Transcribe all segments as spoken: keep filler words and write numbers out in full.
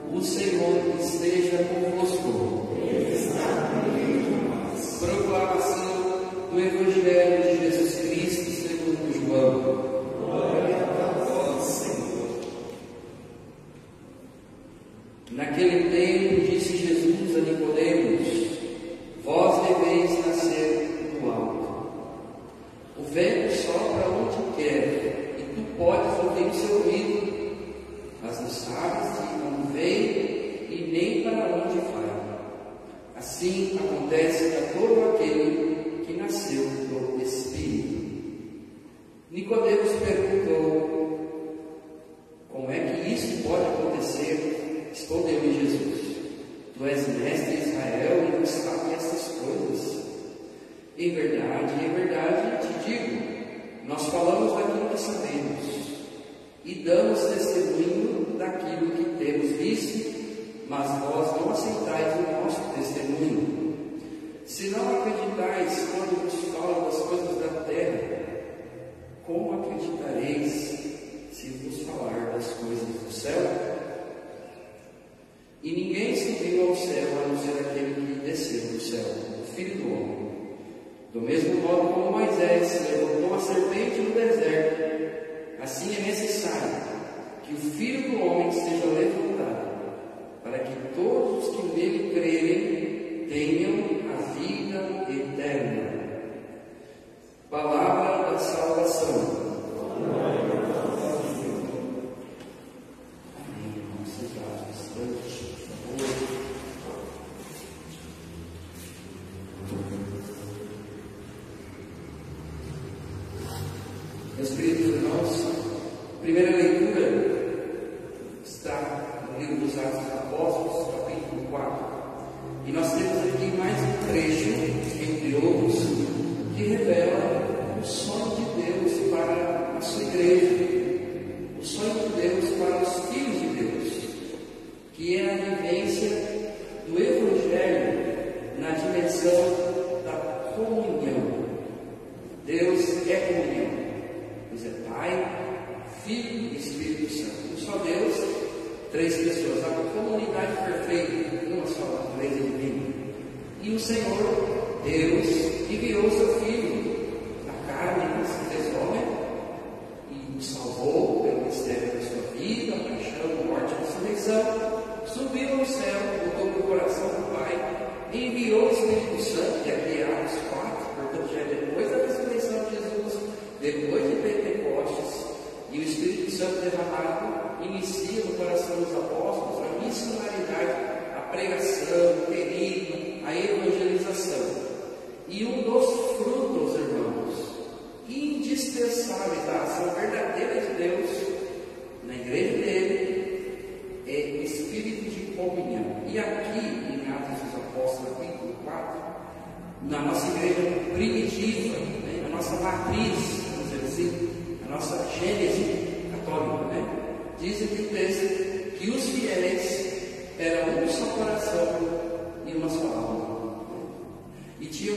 O Senhor esteja convosco. Proclamação do Evangelho de Jesus Cristo segundo João. Glória a vós, Senhor. Naquele tempo disse Jesus a Nicodemos: vós deveis nascer do alto. O vento sopra onde quer, e tu podes ouvir o seu ruído, mas não sabes de onde vem e nem para onde vai. Assim acontece a todo aquele que nasceu do Espírito. Nicodemos perguntou: como é que isso pode acontecer? Respondeu-lhe Jesus: tu és mestre de Israel e não sabes essas coisas? Em verdade, em verdade te digo, nós falamos daquilo que sabemos e damos testemunho daquilo que temos visto, mas vós não aceitais o nosso testemunho. Se não acreditais quando vos falo das coisas da terra, como acreditareis se vos falar das coisas do céu? E ninguém subiu ao céu a não ser aquele que desceu do céu, o Filho do Homem. Do mesmo modo como Moisés levantou a serpente no deserto, assim é necessário que o Filho do Homem seja levantado, para que todos os que nele crerem tenham a vida eterna. Palavra da salvação. Amém. Vamos sentar bastante, por favor. Meus queridos irmãos, a primeira leitura está no livro dos Atos dos Apóstolos, capítulo quatro. E nós temos aqui mais um trecho, entre outros, que revela o sonho de Deus para a sua igreja, o sonho de Deus para os filhos de Deus, que é a vivência do Evangelho na dimensão da comunhão. Deus é comunhão. Deus é Pai, Filho e Espírito Santo. Um só Deus, três pessoas, a comunidade perfeita, uma só natureza divina. E o Senhor, Deus, enviou o seu Filho na carne, se fez homem, e nos salvou pelo mistério da sua vida, paixão, morte e ressurreição, subiu ao céu, voltou para o coração do Pai, e enviou o Espírito Santo, que aqui é Atos quatro, portanto já é depois da ressurreição de Jesus, depois de Pentecostes, e o Espírito Santo derramado inicia no coração dos apóstolos a missionaridade, a pregação, o querido, a evangelização. E um dos frutos, irmãos, indispensáveis da ação verdadeira de Deus na igreja dele é espírito de comunhão. E aqui em Atos dos Apóstolos, capítulo quatro, na nossa igreja primitiva, né, na nossa matriz, vamos dizer assim, a nossa gênese católica, né? Diz aqui o texto que os fiéis eram um só coração e uma só alma, né? E tinham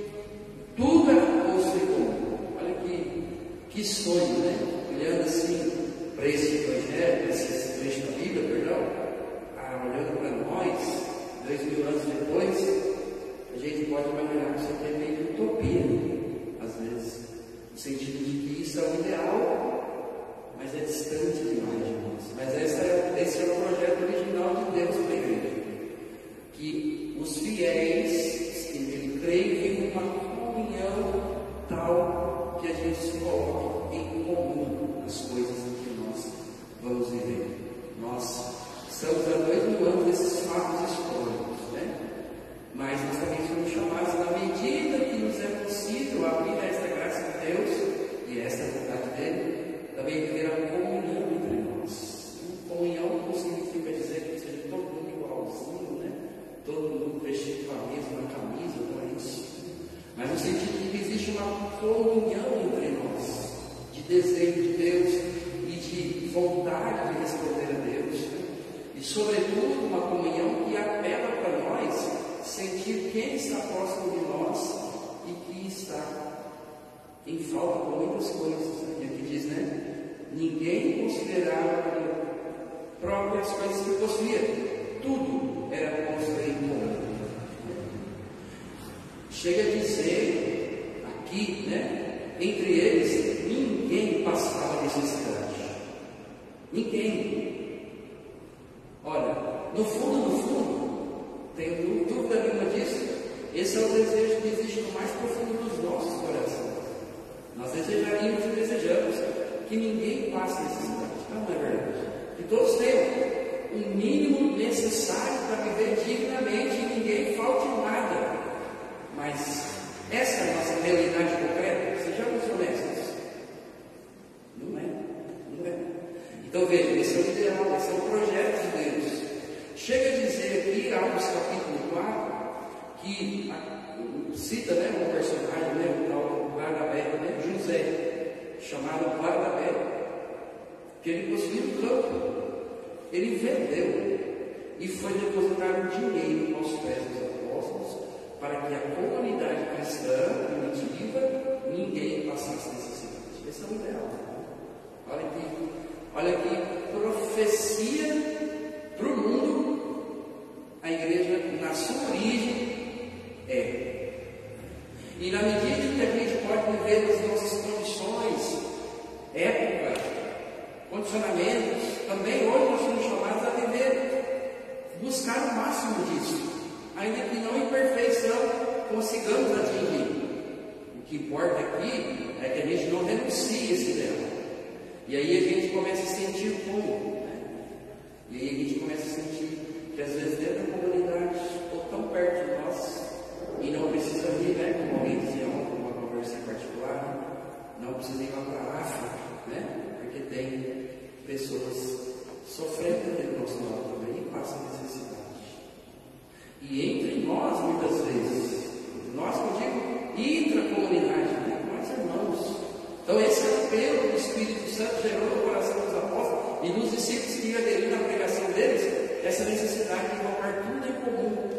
tudo era posto em comum. Olha que, que sonho, né? Olhando assim para esse evangelho, para esse trecho da Bíblia, perdão, ah, olhando para nós, dois mil anos depois, a gente pode imaginar que isso aqui é meio de utopia, né? Às vezes, no sentido de que isso é o ideal, mas é distante demais de nós. Mas esse é, esse é o projeto original de Deus para a igreja, que os fiéis, que nele creem, vivem uma comunhão tal que a gente se coloque em comum as coisas que nós vamos viver. Nós estamos há dois mil anos desses fatos históricos, né? Mas nós também somos chamados, na medida que nos é possível, abrir esta graça de Deus e esta vontade dele, também viver a comunhão entre nós. Comunhão não significa dizer que seja todo mundo igualzinho, né? Todo mundo vestido com a mesma camisa, não é isso. Mas no sentido de que existe uma comunhão entre nós, de desejo de Deus e de vontade de responder a Deus, né? E sobretudo uma comunhão que apela para nós sentir quem está próximo de nós e que está em falta com muitas coisas, né? E aqui diz, né? Ninguém considerava própria as coisas que possuía. Tudo era posto em comum. Chega a dizer aqui, né? Entre eles, ninguém passava necessidade. Ninguém. Olha, no fundo, no fundo, tenho dúvida nenhuma disso. Esse é o desejo que existe no mais profundo dos nossos corações. Nós desejaríamos e desejamos que ninguém passe necessidade. Não, não é verdade? Que todos tenham o mínimo necessário para viver dignamente e ninguém falte nada. Mas essa é a nossa realidade concreta? Sejamos honestos. Não é, não é. Então veja, esse é o ideal, esse é o projeto de Deus. Chega a dizer aqui, Atos capítulo quatro, que cita, né, um personagem, né, o tal Barnabé, né, José, chamado Barnabé, que ele possuía um campo. Ele vendeu e foi depositar um dinheiro aos pés dos apóstolos, para que a comunidade cristã primitiva ninguém passasse necessidade. Esse é o ideal. Olha aqui, olha aqui, profecia para o mundo. A igreja, na sua origem, é. E na medida que a gente pode viver nas nossas condições, época, condicionamentos, também hoje nós somos chamados a viver, buscar o máximo disso. Ainda que não em perfeição consigamos atingir. O que importa aqui é que a gente não renuncie esse ideal. E aí a gente começa a sentir como, né? E aí a gente começa a sentir que às vezes dentro da comunidade, ou tão perto de nós, e não precisa vir, né? Como alguém dizia ontem, uma conversa em particular, não precisa ir lá para a África, né? Porque tem pessoas sofrendo do nosso lado também e passam necessidade. E entre nós, muitas vezes, nós que eu digo, intra-comunidade, né? Nós irmãos. Então, esse apelo que o Espírito Santo gerou no coração dos apóstolos e dos discípulos que iam aderir na pregação deles, essa necessidade de colocar tudo em comum.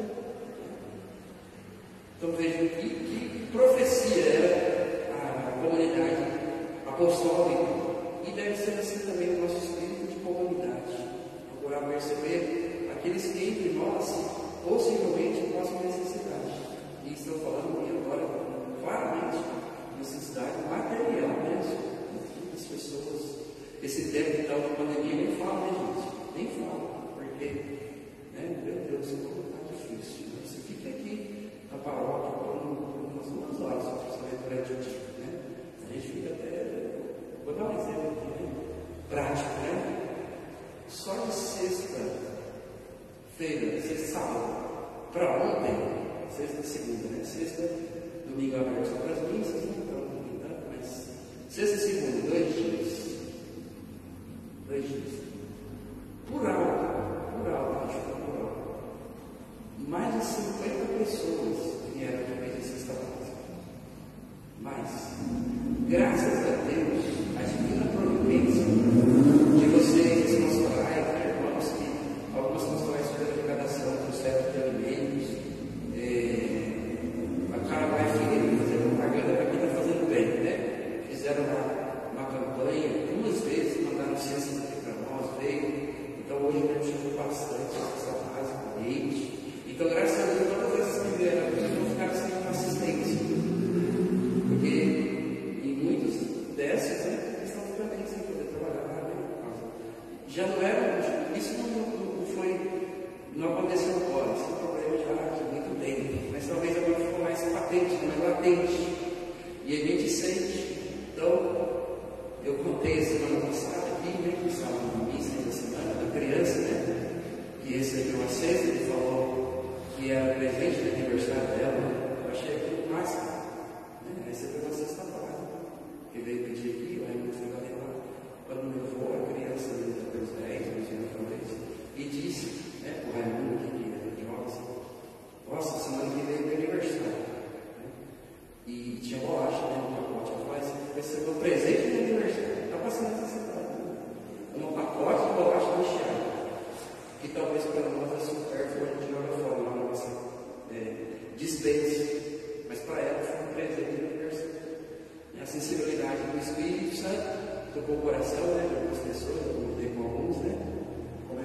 Então, vejam que, que profecia era a comunidade apostólica. E deve ser assim também o nosso espírito de comunidade. Procurar perceber aqueles que entre nós possivelmente possam necessidade. E estou falando aqui agora claramente necessidade material mesmo. As pessoas, esse tempo então de pandemia nem fala, né, gente? Nem fala, porque, né, meu Deus, como está difícil. Né? Você fica aqui na paróquia por umas duas horas, principalmente durante o dia, né? A gente fica até, vou dar um exemplo aqui, né? Prático, né? Só de sexta feira, sexta sábado, para ontem, sexta segunda, né? Sexta, domingo aberto só para as missas, né? Para ontem, tá? Mas sexta e segunda, dois dias. Dois dias. Por aula, por aula, acho que por aula. Mais de cinquenta pessoas vieram de vez de sexta básica. Mas, graças a Deus, a divina providência de vocês, pastorais, irmãos, que algumas pastorais fizeram arrecadação para o centro de alimentos, é, a cara vai fazer propaganda para quem está fazendo bem, né? Fizeram uma, uma campanha, duas vezes mandaram cesta aqui para nós, veio. Então hoje a gente chegou bastante essa base, leite. Então, graças a Deus, todas essas que vieram aqui vão ficar sem assistência. Porque em muitos dessas, né, estão também sem poder trabalhar. Né? Já não era, isso não, não foi, não aconteceu agora, esse problema já há muito tempo, mas talvez agora ficou mais patente, mais latente, e a gente sente. Então, eu contei a semana passada aqui, né, que estava na missa da semana da criança, né, que recebeu a cesta, ele falou que era presente de aniversário dela. Eu achei aquilo máximo, né? Recebeu uma cesta básica, que veio pedir aqui, o Raimundo foi lá levar. Quando levou a criança, ele já uns dez, onze anos talvez, e disse, né, o Raimundo, que era jovem, assim, nossa, semana que vem é meu aniversário. Né? E tinha bolacha, né, no pacote. Eu falei assim, recebeu um presente de aniversário, está passando necessidade. Um pacote de bolacha recheada, que talvez para nós é supérfluo, a gente joga fora na nossa é, dispensa, mas para ela foi um presente de aniversário. A sensibilidade do Espírito Santo tocou o coração, né, de algumas pessoas, eu comentei com alguns, né,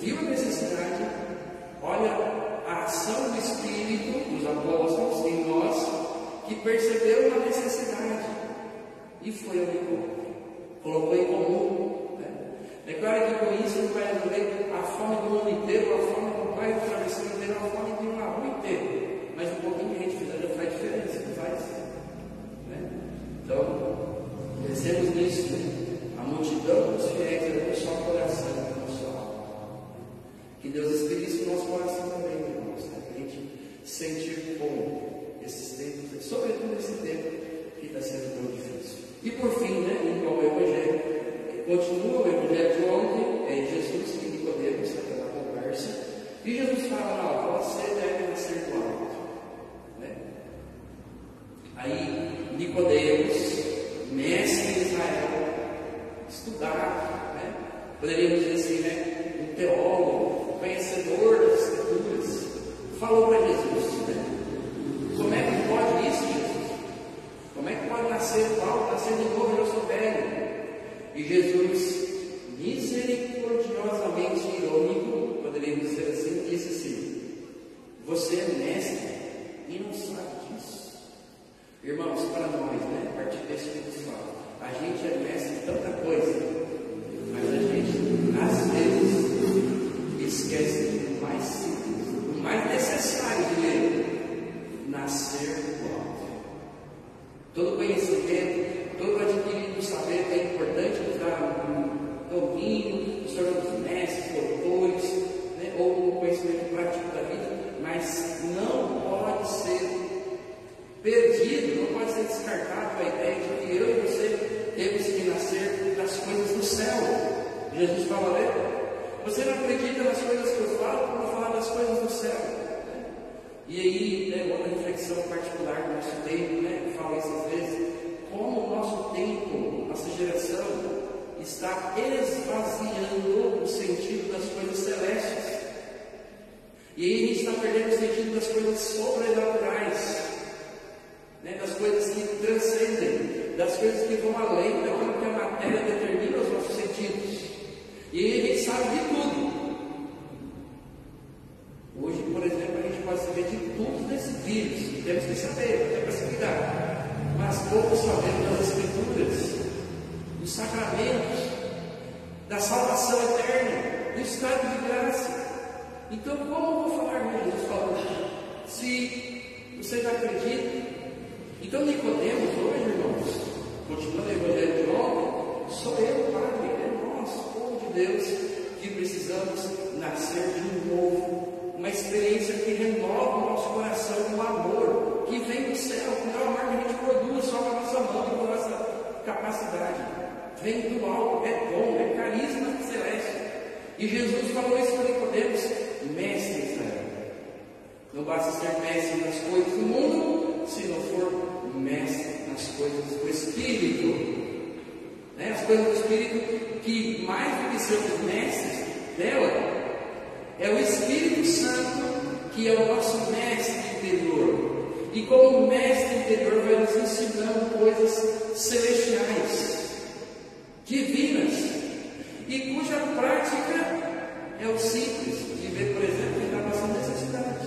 viu a necessidade, olha a ação do Espírito, dos apóstolos, em nós, que perceberam a necessidade e foi ao encontro, colocou em comum. Né? É claro que com isso não vai resolver a fome do mundo inteiro, a fome do bairro do travesseiro inteiro, a fome de uma rua inteira, mas um pouquinho que a gente fizer já faz diferença, não faz? Né? Então, pensemos nisso, né? A multidão dos fiéis é um só coração, uma só alma. Que Deus inspire isso no nosso coração também, irmãos, né? Para a gente sentir como esses tempos, sobretudo esse tempo que está sendo tão difícil. E por fim, né, indo ao Evangelho, continua o Evangelho de ontem, é Jesus que Nicodemos, naquela conversa, e Jesus fala: não, você deve nascer do alto. Né? Aí Nicodemos, mestre de Israel, estudar, né? Poderíamos dizer assim, né? Um teólogo, conhecedor das Escrituras, falou para Jesus, né? Como é que pode isso, Jesus? Como é que pode nascer igual, nascer de novo? Eu sou velho. E Jesus, misericordiosamente irônico, poderíamos dizer assim, disse assim: você é mestre e não sabe disso. Irmãos, para nós, né? A partir desse que nos fala, a gente é mestre em tanta coisa, mas a gente, às vezes, esquece do mais simples, do mais necessário de ler: nascer do alto. Todo conhecimento, todo adquirido saber é importante, nos dar um domínio, nos tornamos mestres, doutores, né? Ou um conhecimento prático da vida, mas não pode ser perdido, não pode ser descartado a ideia de que eu e você temos que nascer das coisas do céu. Jesus fala, né? Você não acredita nas coisas que eu falo, eu vou falar das coisas do céu. Né? E aí, né, outra reflexão particular do nosso tempo, né, eu falo isso às vezes, como o nosso tempo, nossa geração, está esvaziando o sentido das coisas celestes. E aí a gente está perdendo o sentido das coisas sobrenaturais. Né, das coisas que transcendem, das coisas que vão além daquilo que a matéria determina os nossos sentidos. E aí a gente sabe de tudo. Hoje, por exemplo, a gente pode saber de tudo desse vírus, e temos que saber, até para se cuidar. Mas pouco sabemos das Escrituras, dos sacramentos, da salvação eterna, do estado de graça. Então, como eu vou falar mesmo? Jesus falou, se você já acredita. Então, Nicodemos hoje, irmãos, continuando o Evangelho de ontem, sou eu, Padre, é nós, povo de Deus, que precisamos nascer de novo, uma experiência que renova o nosso coração, um amor que vem do céu, que não é o amor que a gente produz só com a nossa mão e com a nossa capacidade, vem do alto, é dom, é carisma celeste. E Jesus falou isso para Nicodemos, mestre de Israel. Não basta ser mestre nas coisas do mundo, se não for mestre nas coisas do Espírito. Né? As coisas do Espírito, que mais do que sermos mestres dela, é o Espírito Santo que é o nosso mestre interior. E como mestre interior vai nos ensinando coisas celestiais, divinas, e cuja prática é o simples, de ver, por exemplo, quem está passando necessidade,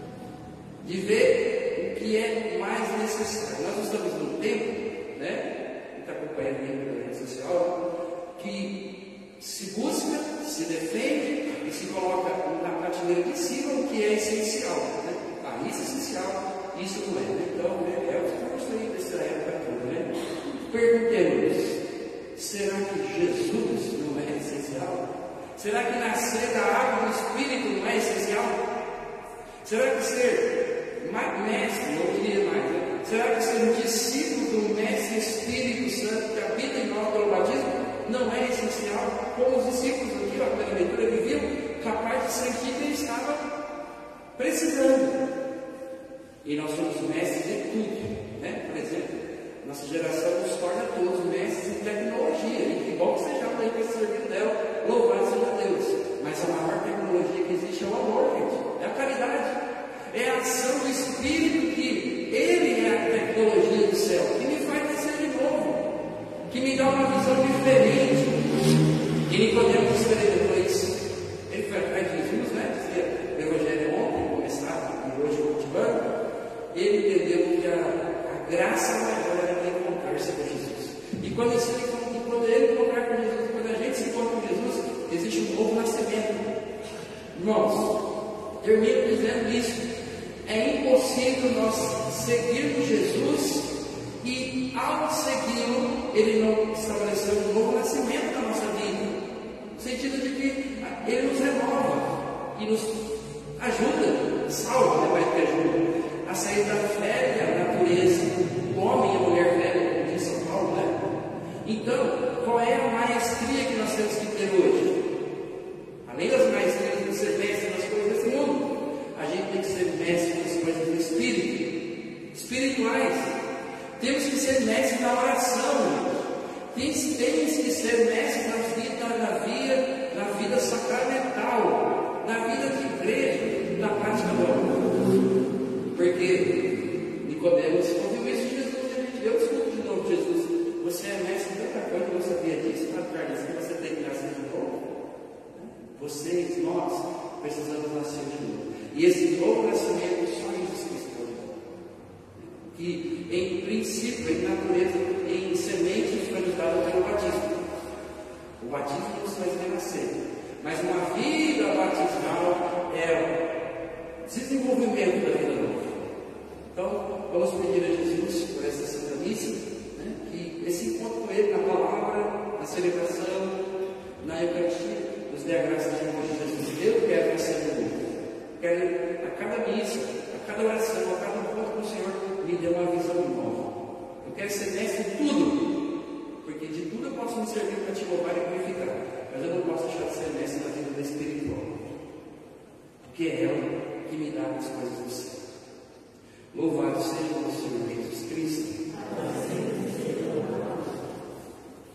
de ver o que é mais necessário. Nós estamos num tempo, né, que está acompanhando aí pela rede social, que se busca, se defende e se coloca na prateleira de cima o que é essencial. Né? Ah, isso é essencial, isso não é. Né? Então, né, é o discurso aí dessa época toda. Né? Perguntemos, será que Jesus não é essencial? Será que nascer da água do Espírito não é essencial? Será que ser mestre, ou diria mais, né? Será que ser um discípulo do Mestre Espírito Santo que habita em nós pelo batismo não é essencial? Como os discípulos aqui, ó, pela leitura, viviam capaz de sentir que ele estava precisando. E nós somos mestres de tudo, né? Por exemplo, nossa geração nos torna todos mestres em tecnologia, e que bom que sejamos aí para servir dela, louvado seja Deus. Mas a maior tecnologia que existe é o amor, gente, é a caridade, é a ação do Espírito, que Ele é a tecnologia do céu, que me faz nascer de novo, que me dá uma visão diferente. E Nicodemos escreveu isso. Ele foi Irmãos, termino dizendo isso: é impossível nós seguirmos Jesus e, ao segui-lo, Ele não estabeleceu um novo nascimento na nossa vida, no sentido de que Ele nos renova e nos ajuda, salva, né, mais que ajuda, a sair da velha natureza, o homem e a mulher velha, como diz São Paulo, né? Então, qual é a maestria que nós temos que ter hoje? Além das maestrias de ser mestre nas coisas desse mundo, a gente tem que ser mestre nas coisas do Espírito, espirituais. Temos que ser mestres na oração, temos, temos que ser mestres na vida, na vida, na vida sacramental, na vida de igreja, na prática do amor. Porque Nicodemos ouviu isso de Jesus, e eu escuto de novo Jesus: você é mestre de tanta coisa, eu não sabia disso, está tarde assim, você tem que nascer de novo. Vocês, nós, precisamos nascer de novo. E esse novo nascimento só Jesus Cristo pode dar. Que em princípio, em natureza, em semente, foi nos dado pelo batismo. O batismo nos faz renascer, mas uma vida batismal é o desenvolvimento da vida nova. Então, vamos pedir a Jesus por essa Santa Missa, né, que esse encontro com Ele na palavra, na celebração, na Eucaristia, nos dê a graça de amor de Jesus. Eu quero nascer de novo. Quero, a cada missa, a cada oração, a cada encontro com o Senhor, me dê uma visão nova. Eu quero ser mestre de tudo, porque de tudo eu posso me servir para te louvar e glorificar, mas eu não posso deixar de ser mestre na vida espiritual, porque é ela que me dá as coisas do céu. Louvado seja o nosso Senhor Jesus Cristo.